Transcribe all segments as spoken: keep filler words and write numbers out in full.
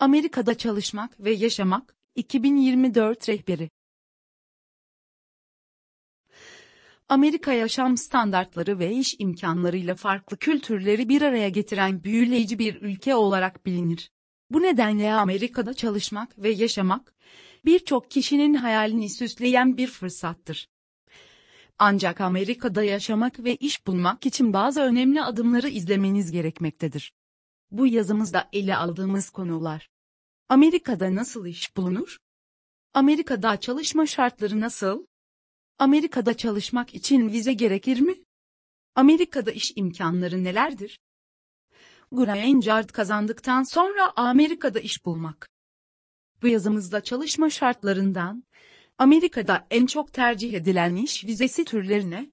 Amerika'da Çalışmak ve Yaşamak, iki bin yirmi dört Rehberi. Amerika yaşam standartları ve iş imkanlarıyla farklı kültürleri bir araya getiren büyüleyici bir ülke olarak bilinir. Bu nedenle Amerika'da çalışmak ve yaşamak, birçok kişinin hayalini süsleyen bir fırsattır. Ancak Amerika'da yaşamak ve iş bulmak için bazı önemli adımları izlemeniz gerekmektedir. Bu yazımızda ele aldığımız konular: Amerika'da nasıl iş bulunur? Amerika'da çalışma şartları nasıl? Amerika'da çalışmak için vize gerekir mi? Amerika'da iş imkanları nelerdir? Green Card kazandıktan sonra Amerika'da iş bulmak. Bu yazımızda çalışma şartlarından, Amerika'da en çok tercih edilen iş vizesi türlerine,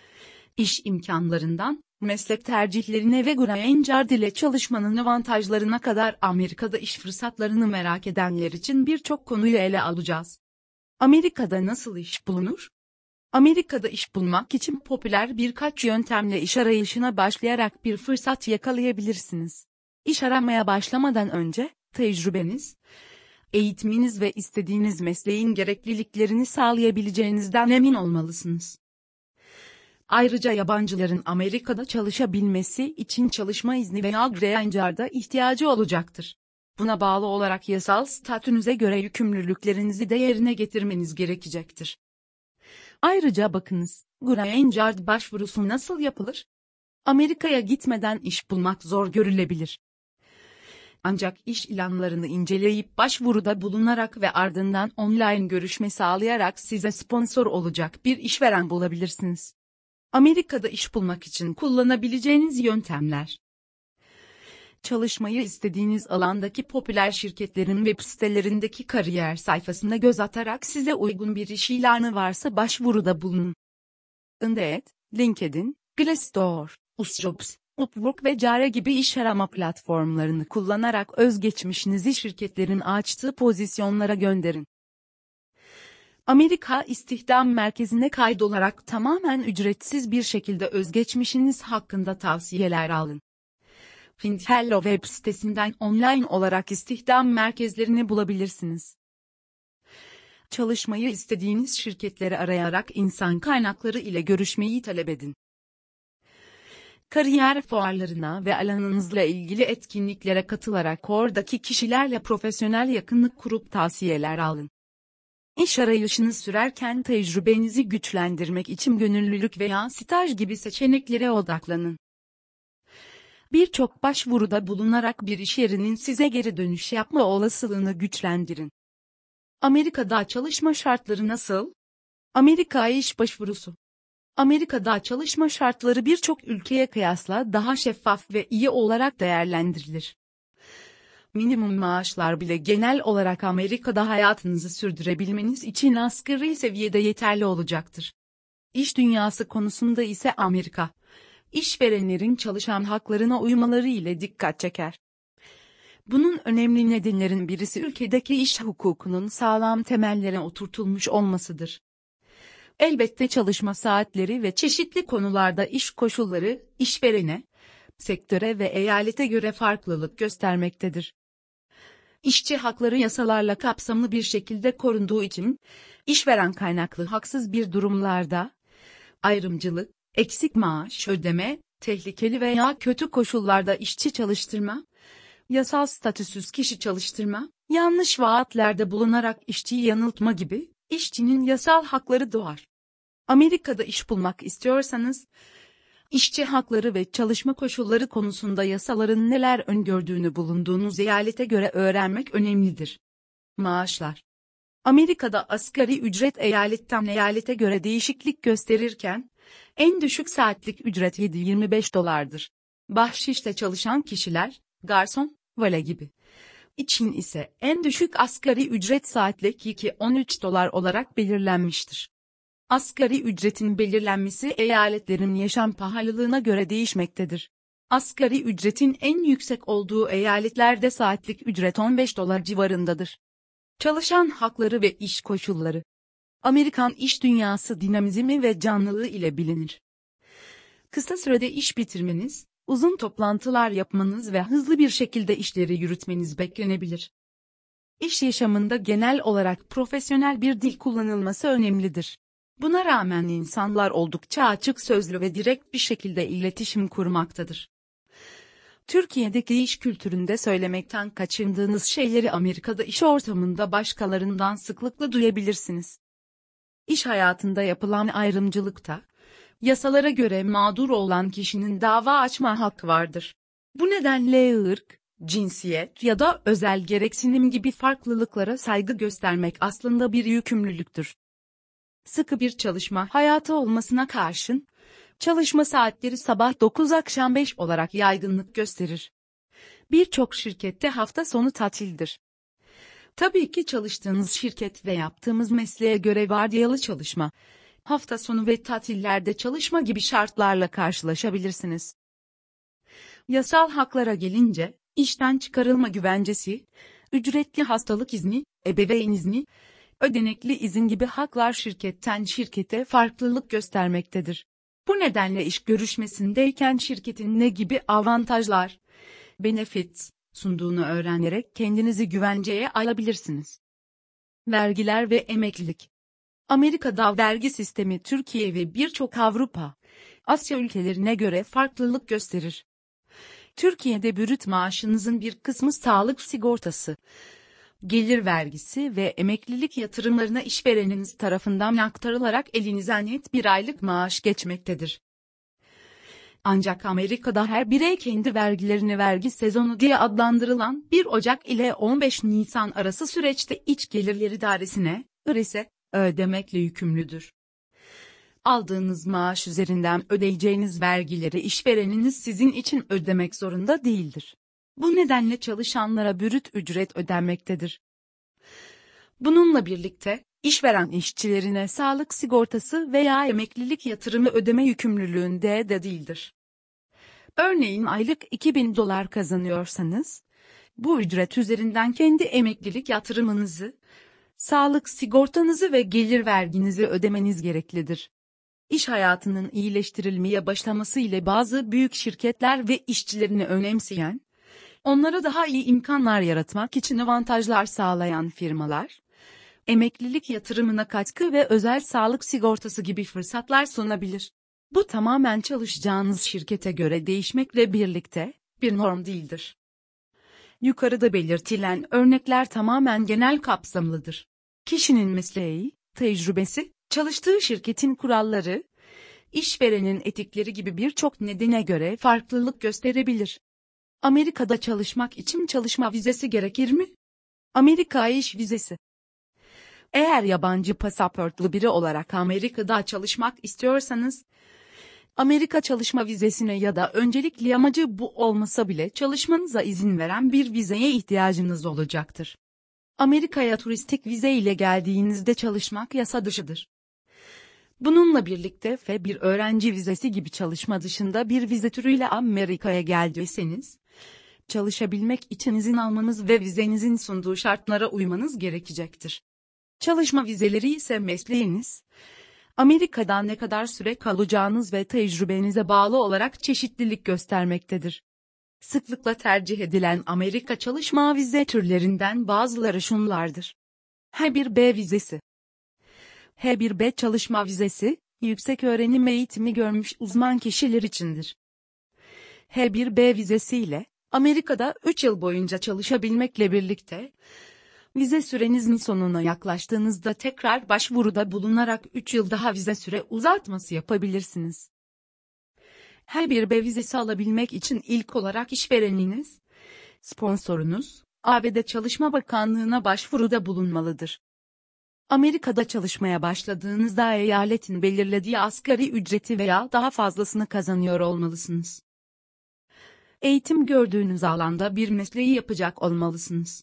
iş imkanlarından, meslek tercihlerine ve Green Card ile çalışmanın avantajlarına kadar Amerika'da iş fırsatlarını merak edenler için birçok konuyu ele alacağız. Amerika'da nasıl iş bulunur? Amerika'da iş bulmak için popüler birkaç yöntemle iş arayışına başlayarak bir fırsat yakalayabilirsiniz. İş aramaya başlamadan önce, tecrübeniz, eğitiminiz ve istediğiniz mesleğin gerekliliklerini sağlayabileceğinizden emin olmalısınız. Ayrıca yabancıların Amerika'da çalışabilmesi için çalışma izni veya Green Card'a ihtiyacı olacaktır. Buna bağlı olarak yasal statünüze göre yükümlülüklerinizi de yerine getirmeniz gerekecektir. Ayrıca bakınız, Green Card başvurusu nasıl yapılır? Amerika'ya gitmeden iş bulmak zor görülebilir. Ancak iş ilanlarını inceleyip başvuruda bulunarak ve ardından online görüşme sağlayarak size sponsor olacak bir işveren bulabilirsiniz. Amerika'da iş bulmak için kullanabileceğiniz yöntemler: çalışmayı istediğiniz alandaki popüler şirketlerin web sitelerindeki kariyer sayfasına göz atarak size uygun bir iş ilanı varsa başvuruda bulunun. Indeed, LinkedIn, Glassdoor, USJobs, Upwork ve Jira gibi iş arama platformlarını kullanarak özgeçmişinizi şirketlerin açtığı pozisyonlara gönderin. Amerika İstihdam Merkezi'ne kaydolarak tamamen ücretsiz bir şekilde özgeçmişiniz hakkında tavsiyeler alın. Find Hello web sitesinden online olarak istihdam merkezlerini bulabilirsiniz. Çalışmayı istediğiniz şirketleri arayarak insan kaynakları ile görüşmeyi talep edin. Kariyer fuarlarına ve alanınızla ilgili etkinliklere katılarak oradaki kişilerle profesyonel yakınlık kurup tavsiyeler alın. İş arayışınız sürerken tecrübenizi güçlendirmek için gönüllülük veya staj gibi seçeneklere odaklanın. Birçok başvuruda bulunarak bir iş yerinin size geri dönüş yapma olasılığını güçlendirin. Amerika'da çalışma şartları nasıl? Amerika iş başvurusu. Amerika'da çalışma şartları birçok ülkeye kıyasla daha şeffaf ve iyi olarak değerlendirilir. Minimum maaşlar bile genel olarak Amerika'da hayatınızı sürdürebilmeniz için asgari seviyede yeterli olacaktır. İş dünyası konusunda ise Amerika, işverenlerin çalışan haklarına uymaları ile dikkat çeker. Bunun önemli nedenlerin birisi ülkedeki iş hukukunun sağlam temellere oturtulmuş olmasıdır. Elbette çalışma saatleri ve çeşitli konularda iş koşulları, işverene, sektöre ve eyalete göre farklılık göstermektedir. İşçi hakları yasalarla kapsamlı bir şekilde korunduğu için, işveren kaynaklı haksız bir durumlarda, ayrımcılık, eksik maaş ödeme, tehlikeli veya kötü koşullarda işçi çalıştırma, yasal statüsüz kişi çalıştırma, yanlış vaatlerde bulunarak işçiyi yanıltma gibi, işçinin yasal hakları doğar. Amerika'da iş bulmak istiyorsanız, işçi hakları ve çalışma koşulları konusunda yasaların neler öngördüğünü bulunduğunuz eyalete göre öğrenmek önemlidir. Maaşlar. Amerika'da asgari ücret eyaletten eyalete göre değişiklik gösterirken, en düşük saatlik ücret yedi virgül yirmi beş dolardır. Bahşişle çalışan kişiler, garson, vale gibi. İçin ise en düşük asgari ücret saatlik iki virgül on üç dolar olarak belirlenmiştir. Asgari ücretin belirlenmesi eyaletlerin yaşam pahalılığına göre değişmektedir. Asgari ücretin en yüksek olduğu eyaletlerde saatlik ücret on beş dolar civarındadır. Çalışan hakları ve iş koşulları. Amerikan iş dünyası dinamizmi ve canlılığı ile bilinir. Kısa sürede iş bitirmeniz, uzun toplantılar yapmanız ve hızlı bir şekilde işleri yürütmeniz beklenebilir. İş yaşamında genel olarak profesyonel bir dil kullanılması önemlidir. Buna rağmen insanlar oldukça açık sözlü ve direkt bir şekilde iletişim kurmaktadır. Türkiye'deki iş kültüründe söylemekten kaçındığınız şeyleri Amerika'da iş ortamında başkalarından sıklıkla duyabilirsiniz. İş hayatında yapılan ayrımcılıkta, yasalara göre mağdur olan kişinin dava açma hakkı vardır. Bu nedenle ırk, cinsiyet ya da özel gereksinim gibi farklılıklara saygı göstermek aslında bir yükümlülüktür. Sıkı bir çalışma hayatı olmasına karşın, çalışma saatleri sabah dokuz akşam beş olarak yaygınlık gösterir. Birçok şirkette hafta sonu tatildir. Tabii ki çalıştığınız şirket ve yaptığımız mesleğe göre vardiyalı çalışma, hafta sonu ve tatillerde çalışma gibi şartlarla karşılaşabilirsiniz. Yasal haklara gelince, işten çıkarılma güvencesi, ücretli hastalık izni, ebeveyn izni, ödenekli izin gibi haklar şirketten şirkete farklılık göstermektedir. Bu nedenle iş görüşmesindeyken şirketin ne gibi avantajlar, benefits sunduğunu öğrenerek kendinizi güvenceye alabilirsiniz. Vergiler ve emeklilik. Amerika'da vergi sistemi Türkiye ve birçok Avrupa, Asya ülkelerine göre farklılık gösterir. Türkiye'de brüt maaşınızın bir kısmı sağlık sigortası, gelir vergisi ve emeklilik yatırımlarına işvereniniz tarafından aktarılarak elinize net bir aylık maaş geçmektedir. Ancak Amerika'da her birey kendi vergilerini vergi sezonu diye adlandırılan bir Ocak ile on beş Nisan arası süreçte İç Gelirler İdaresi'ne, I R S'e, ödemekle yükümlüdür. Aldığınız maaş üzerinden ödeyeceğiniz vergileri işvereniniz sizin için ödemek zorunda değildir. Bu nedenle çalışanlara brüt ücret ödenmektedir. Bununla birlikte, işveren işçilerine sağlık sigortası veya emeklilik yatırımı ödeme yükümlülüğünde de değildir. Örneğin aylık iki bin dolar kazanıyorsanız, bu ücret üzerinden kendi emeklilik yatırımınızı, sağlık sigortanızı ve gelir verginizi ödemeniz gereklidir. İş hayatının iyileştirilmeye başlaması ile bazı büyük şirketler ve işçilerini önemseyen, onlara daha iyi imkanlar yaratmak için avantajlar sağlayan firmalar, emeklilik yatırımına katkı ve özel sağlık sigortası gibi fırsatlar sunabilir. Bu tamamen çalışacağınız şirkete göre değişmekle birlikte, bir norm değildir. Yukarıda belirtilen örnekler tamamen genel kapsamlıdır. Kişinin mesleği, tecrübesi, çalıştığı şirketin kuralları, işverenin etikleri gibi birçok nedene göre farklılık gösterebilir. Amerika'da çalışmak için çalışma vizesi gerekir mi? Amerika iş vizesi. Eğer yabancı pasaportlu biri olarak Amerika'da çalışmak istiyorsanız, Amerika çalışma vizesine ya da öncelikli amacı bu olmasa bile çalışmanıza izin veren bir vizeye ihtiyacınız olacaktır. Amerika'ya turistik vize ile geldiğinizde çalışmak yasa dışıdır. Bununla birlikte F bir öğrenci vizesi gibi çalışma dışında bir vize türüyle Amerika'ya geldiyseniz, çalışabilmek için izin almanız ve vizenizin sunduğu şartlara uymanız gerekecektir. Çalışma vizeleri ise mesleğiniz, Amerika'da ne kadar süre kalacağınız ve tecrübenize bağlı olarak çeşitlilik göstermektedir. Sıklıkla tercih edilen Amerika çalışma vize türlerinden bazıları şunlardır. H bir B vizesi. H bir B çalışma vizesi, yüksek öğrenim eğitimi görmüş uzman kişiler içindir. H bir B vizesi ile, Amerika'da üç yıl boyunca çalışabilmekle birlikte, vize sürenizin sonuna yaklaştığınızda tekrar başvuruda bulunarak üç yıl daha vize süre uzatması yapabilirsiniz. H bir B vizesi alabilmek için ilk olarak işvereniniz, sponsorunuz, A B D Çalışma Bakanlığı'na başvuruda bulunmalıdır. Amerika'da çalışmaya başladığınızda eyaletin belirlediği asgari ücreti veya daha fazlasını kazanıyor olmalısınız. Eğitim gördüğünüz alanda bir mesleği yapacak olmalısınız.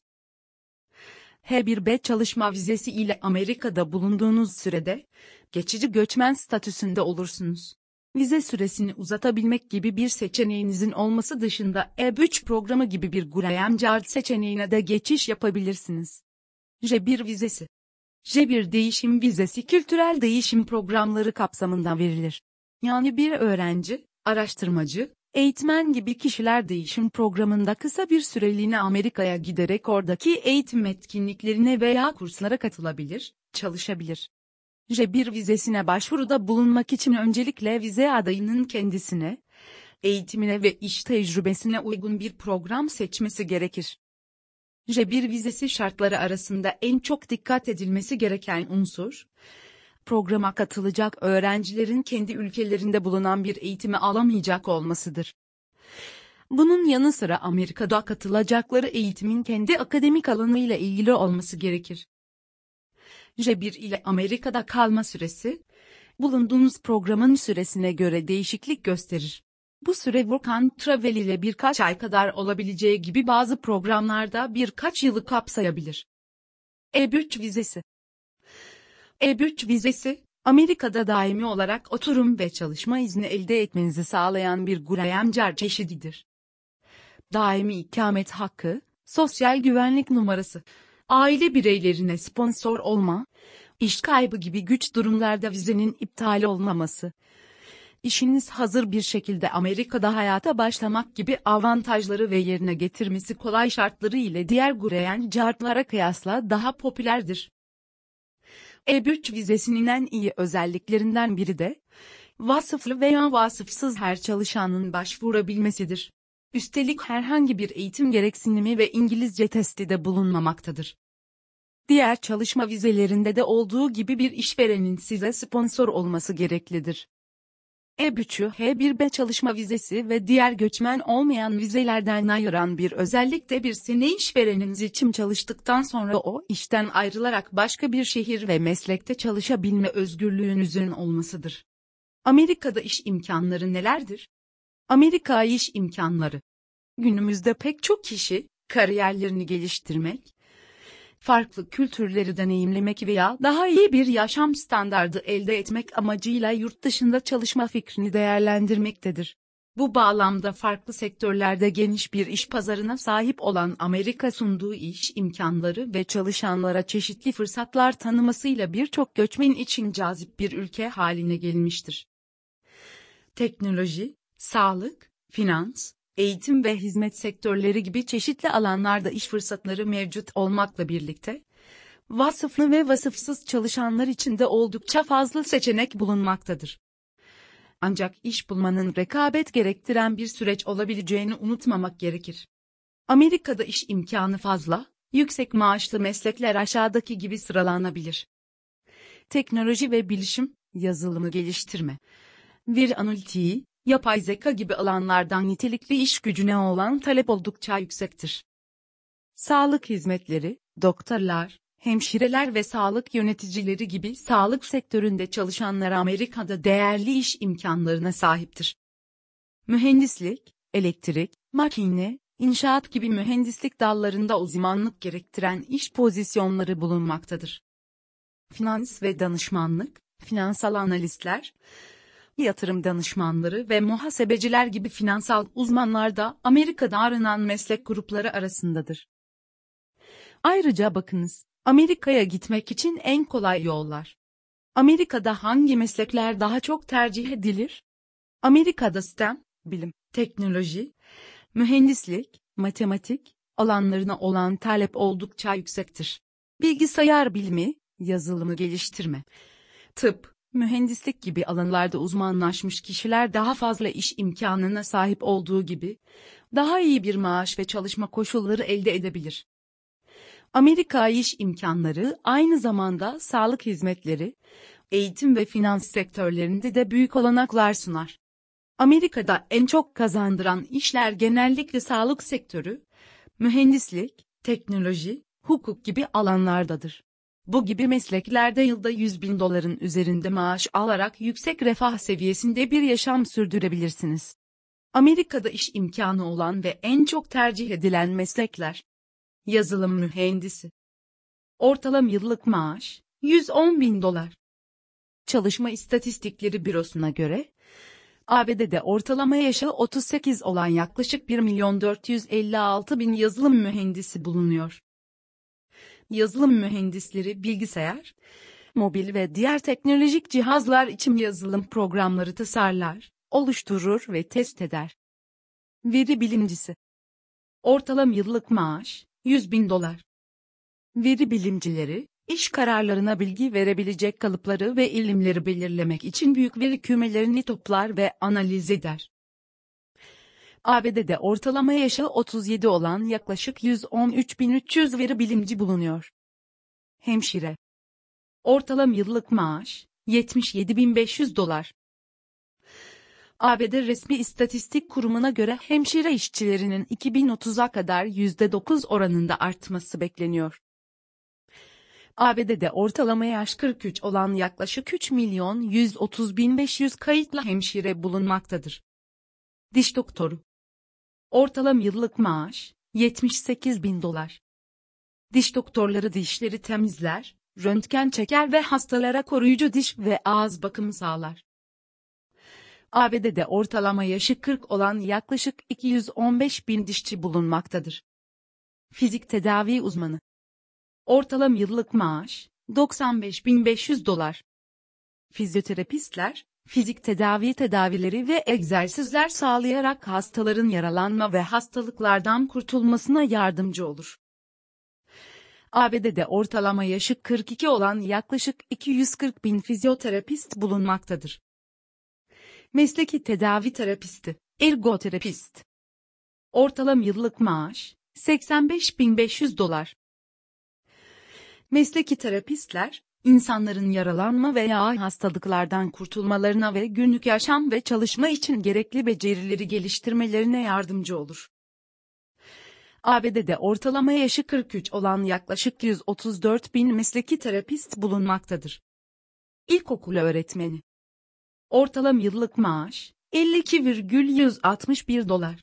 H bir B çalışma vizesi ile Amerika'da bulunduğunuz sürede, geçici göçmen statüsünde olursunuz. Vize süresini uzatabilmek gibi bir seçeneğinizin olması dışında E üç programı gibi bir Green Card seçeneğine de geçiş yapabilirsiniz. J bir vizesi. J bir değişim vizesi kültürel değişim programları kapsamında verilir. Yani bir öğrenci, araştırmacı, Eğitmen gibi kişiler değişim programında kısa bir süreliğine Amerika'ya giderek oradaki eğitim etkinliklerine veya kurslara katılabilir, çalışabilir. J bir vizesine başvuruda bulunmak için öncelikle vize adayının kendisine, eğitimine ve iş tecrübesine uygun bir program seçmesi gerekir. J bir vizesi şartları arasında en çok dikkat edilmesi gereken unsur, programa katılacak öğrencilerin kendi ülkelerinde bulunan bir eğitimi alamayacak olmasıdır. Bunun yanı sıra Amerika'da katılacakları eğitimin kendi akademik alanıyla ilgili olması gerekir. J bir ile Amerika'da kalma süresi, bulunduğunuz programın süresine göre değişiklik gösterir. Bu süre Work and Travel ile birkaç ay kadar olabileceği gibi bazı programlarda birkaç yılı kapsayabilir. E üç vizesi E üç vizesi, Amerika'da daimi olarak oturum ve çalışma izni elde etmenizi sağlayan bir Green Card çeşididir. Daimi ikamet hakkı, sosyal güvenlik numarası, aile bireylerine sponsor olma, iş kaybı gibi güç durumlarda vizenin iptal olmaması, işiniz hazır bir şekilde Amerika'da hayata başlamak gibi avantajları ve yerine getirmesi kolay şartları ile diğer Green Card'lara kıyasla daha popülerdir. E üç vizesinin en iyi özelliklerinden biri de, vasıflı veya vasıfsız her çalışanın başvurabilmesidir. Üstelik herhangi bir eğitim gereksinimi ve İngilizce testi de bulunmamaktadır. Diğer çalışma vizelerinde de olduğu gibi bir işverenin size sponsor olması gereklidir. E üç'ü H bir B çalışma vizesi ve diğer göçmen olmayan vizelerden ayıran bir özellik de bir sene işvereniniz için çalıştıktan sonra o işten ayrılarak başka bir şehir ve meslekte çalışabilme özgürlüğünüzün olmasıdır. Amerika'da iş imkanları nelerdir? Amerika iş imkanları. Günümüzde pek çok kişi, kariyerlerini geliştirmek, farklı kültürleri deneyimlemek veya daha iyi bir yaşam standardı elde etmek amacıyla yurt dışında çalışma fikrini değerlendirmektedir. Bu bağlamda farklı sektörlerde geniş bir iş pazarına sahip olan Amerika sunduğu iş imkanları ve çalışanlara çeşitli fırsatlar tanımasıyla birçok göçmen için cazip bir ülke haline gelmiştir. Teknoloji, sağlık, finans, eğitim ve hizmet sektörleri gibi çeşitli alanlarda iş fırsatları mevcut olmakla birlikte, vasıflı ve vasıfsız çalışanlar için de oldukça fazla seçenek bulunmaktadır. Ancak iş bulmanın rekabet gerektiren bir süreç olabileceğini unutmamak gerekir. Amerika'da iş imkanı fazla, yüksek maaşlı meslekler aşağıdaki gibi sıralanabilir. Teknoloji ve bilişim, yazılımı geliştirme, veri analitiği, yapay zeka gibi alanlardan nitelikli iş gücüne olan talep oldukça yüksektir. Sağlık hizmetleri, doktorlar, hemşireler ve sağlık yöneticileri gibi sağlık sektöründe çalışanlar Amerika'da değerli iş imkanlarına sahiptir. Mühendislik, elektrik, makine, inşaat gibi mühendislik dallarında uzmanlık gerektiren iş pozisyonları bulunmaktadır. Finans ve danışmanlık, finansal analistler, yatırım danışmanları ve muhasebeciler gibi finansal uzmanlar da Amerika'da aranan meslek grupları arasındadır. Ayrıca bakınız, Amerika'ya gitmek için en kolay yollar. Amerika'da hangi meslekler daha çok tercih edilir? Amerika'da STEM, bilim, teknoloji, mühendislik, matematik alanlarına olan talep oldukça yüksektir. Bilgisayar bilimi, yazılımı geliştirme, tıp, mühendislik gibi alanlarda uzmanlaşmış kişiler daha fazla iş imkanına sahip olduğu gibi, daha iyi bir maaş ve çalışma koşulları elde edebilir. Amerika iş imkanları aynı zamanda sağlık hizmetleri, eğitim ve finans sektörlerinde de büyük olanaklar sunar. Amerika'da en çok kazandıran işler genellikle sağlık sektörü, mühendislik, teknoloji, hukuk gibi alanlardadır. Bu gibi mesleklerde yılda yüz bin doların üzerinde maaş alarak yüksek refah seviyesinde bir yaşam sürdürebilirsiniz. Amerika'da iş imkanı olan ve en çok tercih edilen meslekler. Yazılım mühendisi. Ortalama yıllık maaş, yüz on bin dolar. Çalışma İstatistikleri Bürosu'na göre, A B D'de ortalama yaşı otuz sekiz olan yaklaşık bir milyon dört yüz elli altı bin yazılım mühendisi bulunuyor. Yazılım mühendisleri bilgisayar, mobil ve diğer teknolojik cihazlar için yazılım programları tasarlar, oluşturur ve test eder. Veri bilimcisi. Ortalama yıllık maaş, yüz bin dolar. Veri bilimcileri, iş kararlarına bilgi verebilecek kalıpları ve ilimleri belirlemek için büyük veri kümelerini toplar ve analiz eder. A B D'de ortalama yaşı otuz yedi olan yaklaşık yüz on üç bin üç yüz veri bilimci bulunuyor. Hemşire. Ortalama yıllık maaş, yetmiş yedi bin beş yüz dolar. A B D Resmi İstatistik Kurumu'na göre hemşire işçilerinin iki bin otuza kadar yüzde dokuz oranında artması bekleniyor. A B D'de ortalama yaş kırk üç olan yaklaşık üç milyon yüz otuz bin beş yüz kayıtlı hemşire bulunmaktadır. Diş doktoru. Ortalama yıllık maaş, yetmiş sekiz bin dolar. Diş doktorları dişleri temizler, röntgen çeker ve hastalara koruyucu diş ve ağız bakımı sağlar. A B D'de ortalama yaşı kırk olan yaklaşık iki yüz on beş bin dişçi bulunmaktadır. Fizik tedavi uzmanı. Ortalama yıllık maaş, doksan beş bin beş yüz dolar. Fizyoterapistler, fizik tedavi tedavileri ve egzersizler sağlayarak hastaların yaralanma ve hastalıklardan kurtulmasına yardımcı olur. A B D'de ortalama yaşı kırk iki olan yaklaşık iki yüz kırk bin fizyoterapist bulunmaktadır. Mesleki tedavi terapisti, ergoterapist. Ortalama yıllık maaş, seksen beş bin beş yüz dolar. Mesleki terapistler, insanların yaralanma veya hastalıklardan kurtulmalarına ve günlük yaşam ve çalışma için gerekli becerileri geliştirmelerine yardımcı olur. A B D'de ortalama yaşı kırk üç olan yaklaşık yüz otuz dört bin mesleki terapist bulunmaktadır. İlkokul öğretmeni. Ortalama yıllık maaş, elli iki bin yüz altmış bir dolar.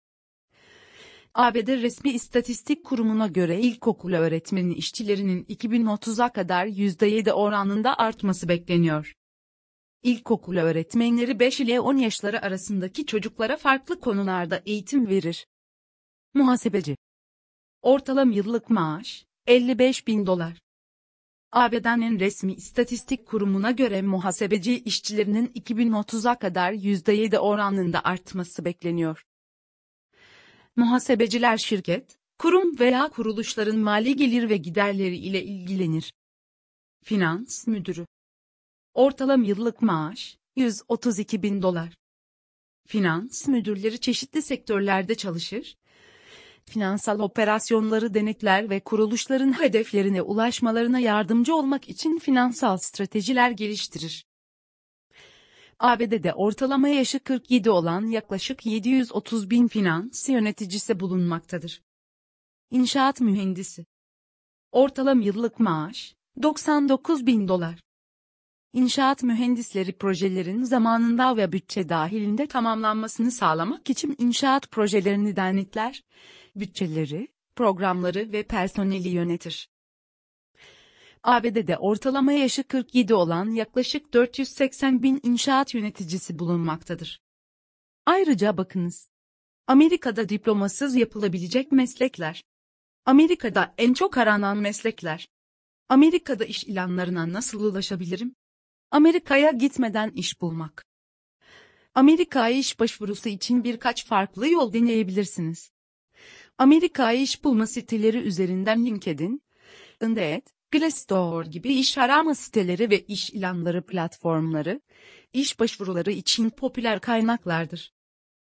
A B D Resmi İstatistik Kurumu'na göre ilkokul öğretmeni işçilerinin iki bin otuza kadar yüzde yedi oranında artması bekleniyor. İlkokul öğretmenleri beş ile on yaşları arasındaki çocuklara farklı konularda eğitim verir. Muhasebeci. Ortalama yıllık maaş, elli beş bin dolar. A B D'nin Resmi İstatistik Kurumu'na göre muhasebeci işçilerinin iki bin otuza kadar yüzde yedi oranında artması bekleniyor. Muhasebeciler şirket, kurum veya kuruluşların mali gelir ve giderleri ile ilgilenir. Finans müdürü. Ortalama yıllık maaş, yüz otuz iki bin dolar. Finans müdürleri çeşitli sektörlerde çalışır. Finansal operasyonları denetler ve kuruluşların hedeflerine ulaşmalarına yardımcı olmak için finansal stratejiler geliştirir. A B D'de ortalama yaşı kırk yedi olan yaklaşık yedi yüz otuz bin finans yöneticisi bulunmaktadır. İnşaat mühendisi. Ortalama yıllık maaş, doksan dokuz bin dolar. İnşaat mühendisleri projelerin zamanında ve bütçe dahilinde tamamlanmasını sağlamak için inşaat projelerini denetler, bütçeleri, programları ve personeli yönetir. A B D'de ortalama yaşı kırk yedi olan yaklaşık dört yüz seksen bin inşaat yöneticisi bulunmaktadır. Ayrıca bakınız. Amerika'da diplomasız yapılabilecek meslekler. Amerika'da en çok aranan meslekler. Amerika'da iş ilanlarına nasıl ulaşabilirim? Amerika'ya gitmeden iş bulmak. Amerika'ya iş başvurusu için birkaç farklı yol deneyebilirsiniz. Amerika'ya iş bulma siteleri üzerinden LinkedIn, Indeed, Glassdoor gibi iş arama siteleri ve iş ilanları platformları, iş başvuruları için popüler kaynaklardır.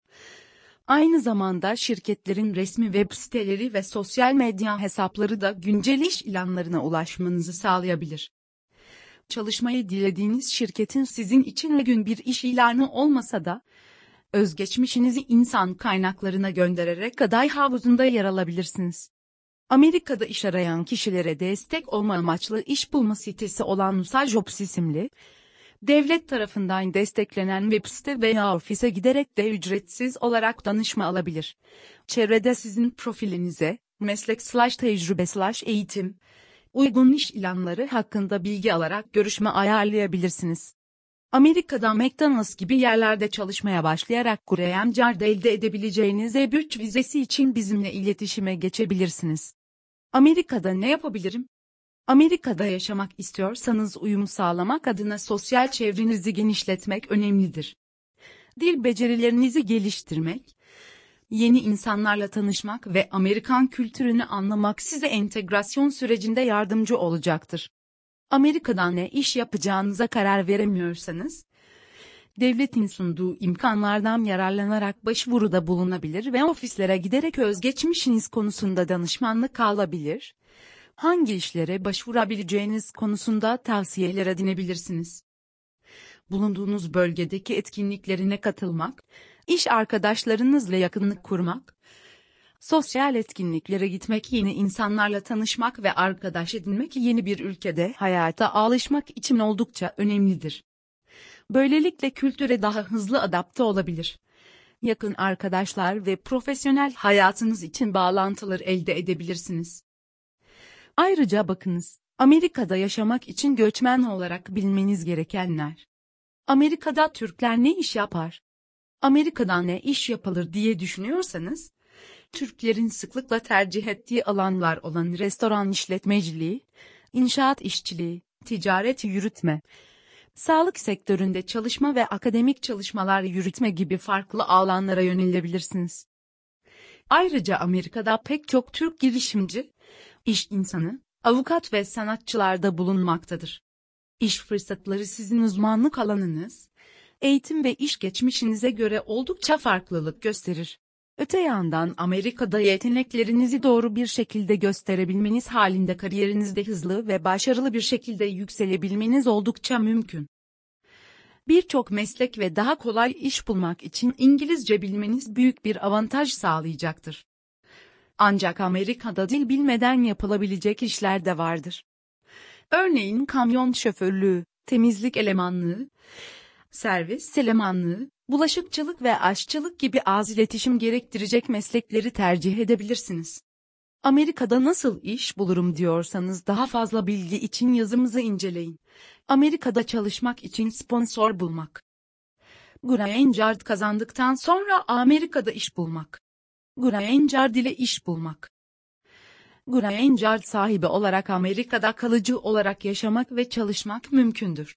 Aynı zamanda şirketlerin resmi web siteleri ve sosyal medya hesapları da güncel iş ilanlarına ulaşmanızı sağlayabilir. Çalışmayı dilediğiniz şirketin sizin için uygun bir iş ilanı olmasa da, özgeçmişinizi insan kaynaklarına göndererek aday havuzunda yer alabilirsiniz. Amerika'da iş arayan kişilere destek olma amaçlı iş bulma sitesi olan U S A Jobs isimli, devlet tarafından desteklenen web site veya ofise giderek de ücretsiz olarak danışma alabilir. Çevrede sizin profilinize, meslek slash tecrübe slash eğitim, uygun iş ilanları hakkında bilgi alarak görüşme ayarlayabilirsiniz. Amerika'da McDonald's gibi yerlerde çalışmaya başlayarak Green Card elde edebileceğiniz E üç vizesi için bizimle iletişime geçebilirsiniz. Amerika'da ne yapabilirim? Amerika'da yaşamak istiyorsanız uyum sağlamak adına sosyal çevrenizi genişletmek önemlidir. Dil becerilerinizi geliştirmek, Yeni insanlarla tanışmak ve Amerikan kültürünü anlamak size entegrasyon sürecinde yardımcı olacaktır. Amerika'da ne iş yapacağınıza karar veremiyorsanız, devletin sunduğu imkanlardan yararlanarak başvuruda bulunabilir ve ofislere giderek özgeçmişiniz konusunda danışmanlık alabilir, hangi işlere başvurabileceğiniz konusunda tavsiyeler edinebilirsiniz. Bulunduğunuz bölgedeki etkinliklerine katılmak, iş arkadaşlarınızla yakınlık kurmak, sosyal etkinliklere gitmek, yeni insanlarla tanışmak ve arkadaş edinmek yeni bir ülkede hayata alışmak için oldukça önemlidir. Böylelikle kültüre daha hızlı adapte olabilir. Yakın arkadaşlar ve profesyonel hayatınız için bağlantılar elde edebilirsiniz. Ayrıca bakınız, Amerika'da yaşamak için göçmen olarak bilmeniz gerekenler. Amerika'da Türkler ne iş yapar? Amerika'da ne iş yapılır diye düşünüyorsanız, Türklerin sıklıkla tercih ettiği alanlar olan restoran işletmeciliği, inşaat işçiliği, ticaret yürütme, sağlık sektöründe çalışma ve akademik çalışmalar yürütme gibi farklı alanlara yönelebilirsiniz. Ayrıca Amerika'da pek çok Türk girişimci, iş insanı, avukat ve sanatçılar da bulunmaktadır. İş fırsatları sizin uzmanlık alanınız, eğitim ve iş geçmişinize göre oldukça farklılık gösterir. Öte yandan Amerika'da yeteneklerinizi doğru bir şekilde gösterebilmeniz halinde kariyerinizde hızlı ve başarılı bir şekilde yükselebilmeniz oldukça mümkün. Birçok meslek ve daha kolay iş bulmak için İngilizce bilmeniz büyük bir avantaj sağlayacaktır. Ancak Amerika'da dil bilmeden yapılabilecek işler de vardır. Örneğin kamyon şoförlüğü, temizlik elemanlığı, servis elemanlığı, bulaşıkçılık ve aşçılık gibi az iletişim gerektirecek meslekleri tercih edebilirsiniz. Amerika'da nasıl iş bulurum diyorsanız daha fazla bilgi için yazımızı inceleyin. Amerika'da çalışmak için sponsor bulmak. Green Card kazandıktan sonra Amerika'da iş bulmak. Green Card ile iş bulmak. Green Card sahibi olarak Amerika'da kalıcı olarak yaşamak ve çalışmak mümkündür.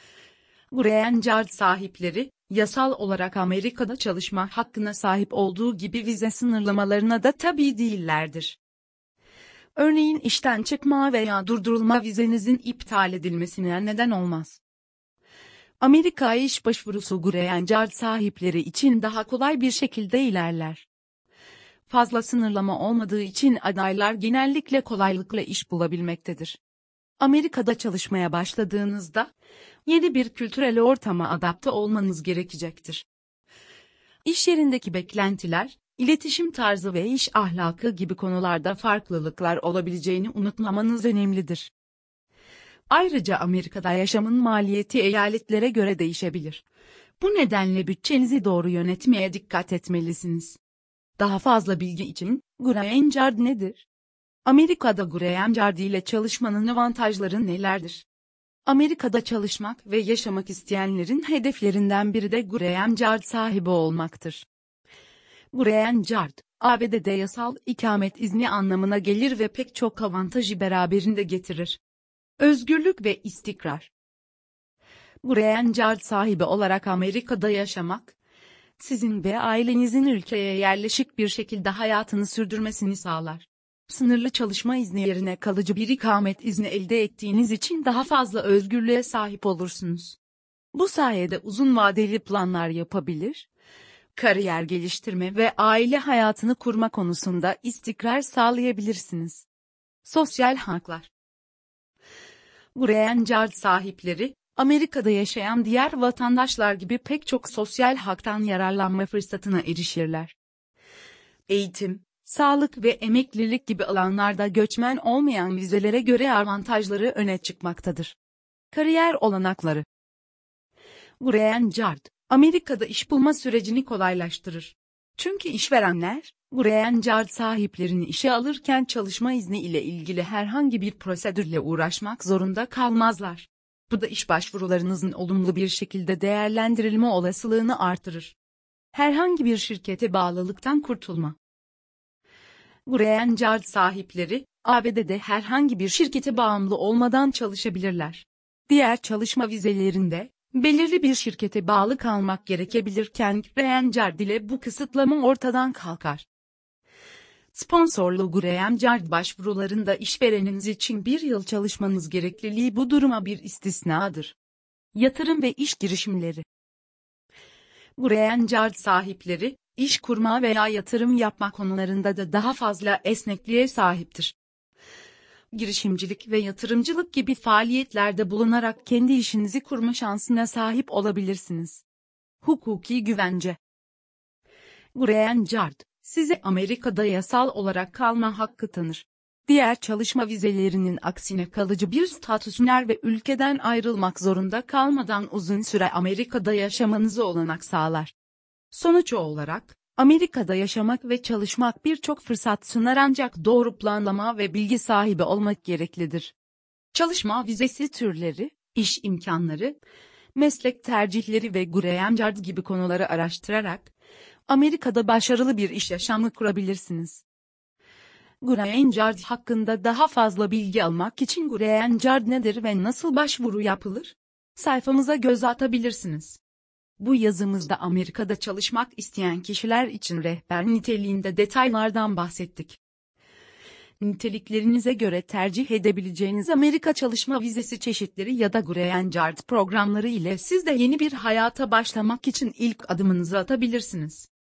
Green Card sahipleri, yasal olarak Amerika'da çalışma hakkına sahip olduğu gibi vize sınırlamalarına da tabi değillerdir. Örneğin işten çıkma veya durdurulma vizenizin iptal edilmesine neden olmaz. Amerika iş başvurusu Green Card sahipleri için daha kolay bir şekilde ilerler. Fazla sınırlama olmadığı için adaylar genellikle kolaylıkla iş bulabilmektedir. Amerika'da çalışmaya başladığınızda, yeni bir kültürel ortama adapte olmanız gerekecektir. İş yerindeki beklentiler, iletişim tarzı ve iş ahlakı gibi konularda farklılıklar olabileceğini unutmamanız önemlidir. Ayrıca Amerika'da yaşamın maliyeti eyaletlere göre değişebilir. Bu nedenle bütçenizi doğru yönetmeye dikkat etmelisiniz. Daha fazla bilgi için, Green Card nedir? Amerika'da Green Card ile çalışmanın avantajları nelerdir? Amerika'da çalışmak ve yaşamak isteyenlerin hedeflerinden biri de Green Card sahibi olmaktır. Green Card, A B D'de yasal ikamet izni anlamına gelir ve pek çok avantajı beraberinde getirir. Özgürlük ve istikrar. Green Card sahibi olarak Amerika'da yaşamak, sizin ve ailenizin ülkeye yerleşik bir şekilde hayatını sürdürmesini sağlar. Sınırlı çalışma izni yerine kalıcı bir ikamet izni elde ettiğiniz için daha fazla özgürlüğe sahip olursunuz. Bu sayede uzun vadeli planlar yapabilir, kariyer geliştirme ve aile hayatını kurma konusunda istikrar sağlayabilirsiniz. Sosyal haklar. Green Card sahipleri, Amerika'da yaşayan diğer vatandaşlar gibi pek çok sosyal haktan yararlanma fırsatına erişirler. Eğitim, sağlık ve emeklilik gibi alanlarda göçmen olmayan vizelere göre avantajları öne çıkmaktadır. Kariyer olanakları. Green Card, Amerika'da iş bulma sürecini kolaylaştırır. Çünkü işverenler, Green Card sahiplerini işe alırken çalışma izni ile ilgili herhangi bir prosedürle uğraşmak zorunda kalmazlar. Bu da iş başvurularınızın olumlu bir şekilde değerlendirilme olasılığını artırır. Herhangi bir şirkete bağlılıktan kurtulma. Green Card sahipleri, A B D'de herhangi bir şirkete bağımlı olmadan çalışabilirler. Diğer çalışma vizelerinde, Belirli bir şirkete bağlı kalmak gerekebilirken Green Card ile bu kısıtlama ortadan kalkar. Sponsorlu Green Card başvurularında işvereniniz için bir yıl çalışmanız gerekliliği bu duruma bir istisnadır. Yatırım ve iş girişimleri. Green Card sahipleri, iş kurma veya yatırım yapma konularında da daha fazla esnekliğe sahiptir. Girişimcilik ve yatırımcılık gibi faaliyetlerde bulunarak kendi işinizi kurma şansına sahip olabilirsiniz. Hukuki güvence. Green Card, size Amerika'da yasal olarak kalma hakkı tanır. Diğer çalışma vizelerinin aksine kalıcı bir statü sunar ve ülkeden ayrılmak zorunda kalmadan uzun süre Amerika'da yaşamanızı olanak sağlar. Sonuç olarak, Amerika'da yaşamak ve çalışmak birçok fırsat sunar ancak doğru planlama ve bilgi sahibi olmak gereklidir. Çalışma vizesi türleri, iş imkanları, meslek tercihleri ve Green Card gibi konuları araştırarak, Amerika'da başarılı bir iş yaşamı kurabilirsiniz. Green Card hakkında daha fazla bilgi almak için Green Card nedir ve nasıl başvuru yapılır? Sayfamıza göz atabilirsiniz. Bu yazımızda Amerika'da çalışmak isteyen kişiler için rehber niteliğinde detaylardan bahsettik. Niteliklerinize göre tercih edebileceğiniz Amerika çalışma vizesi çeşitleri ya da Green Card programları ile siz de yeni bir hayata başlamak için ilk adımınızı atabilirsiniz.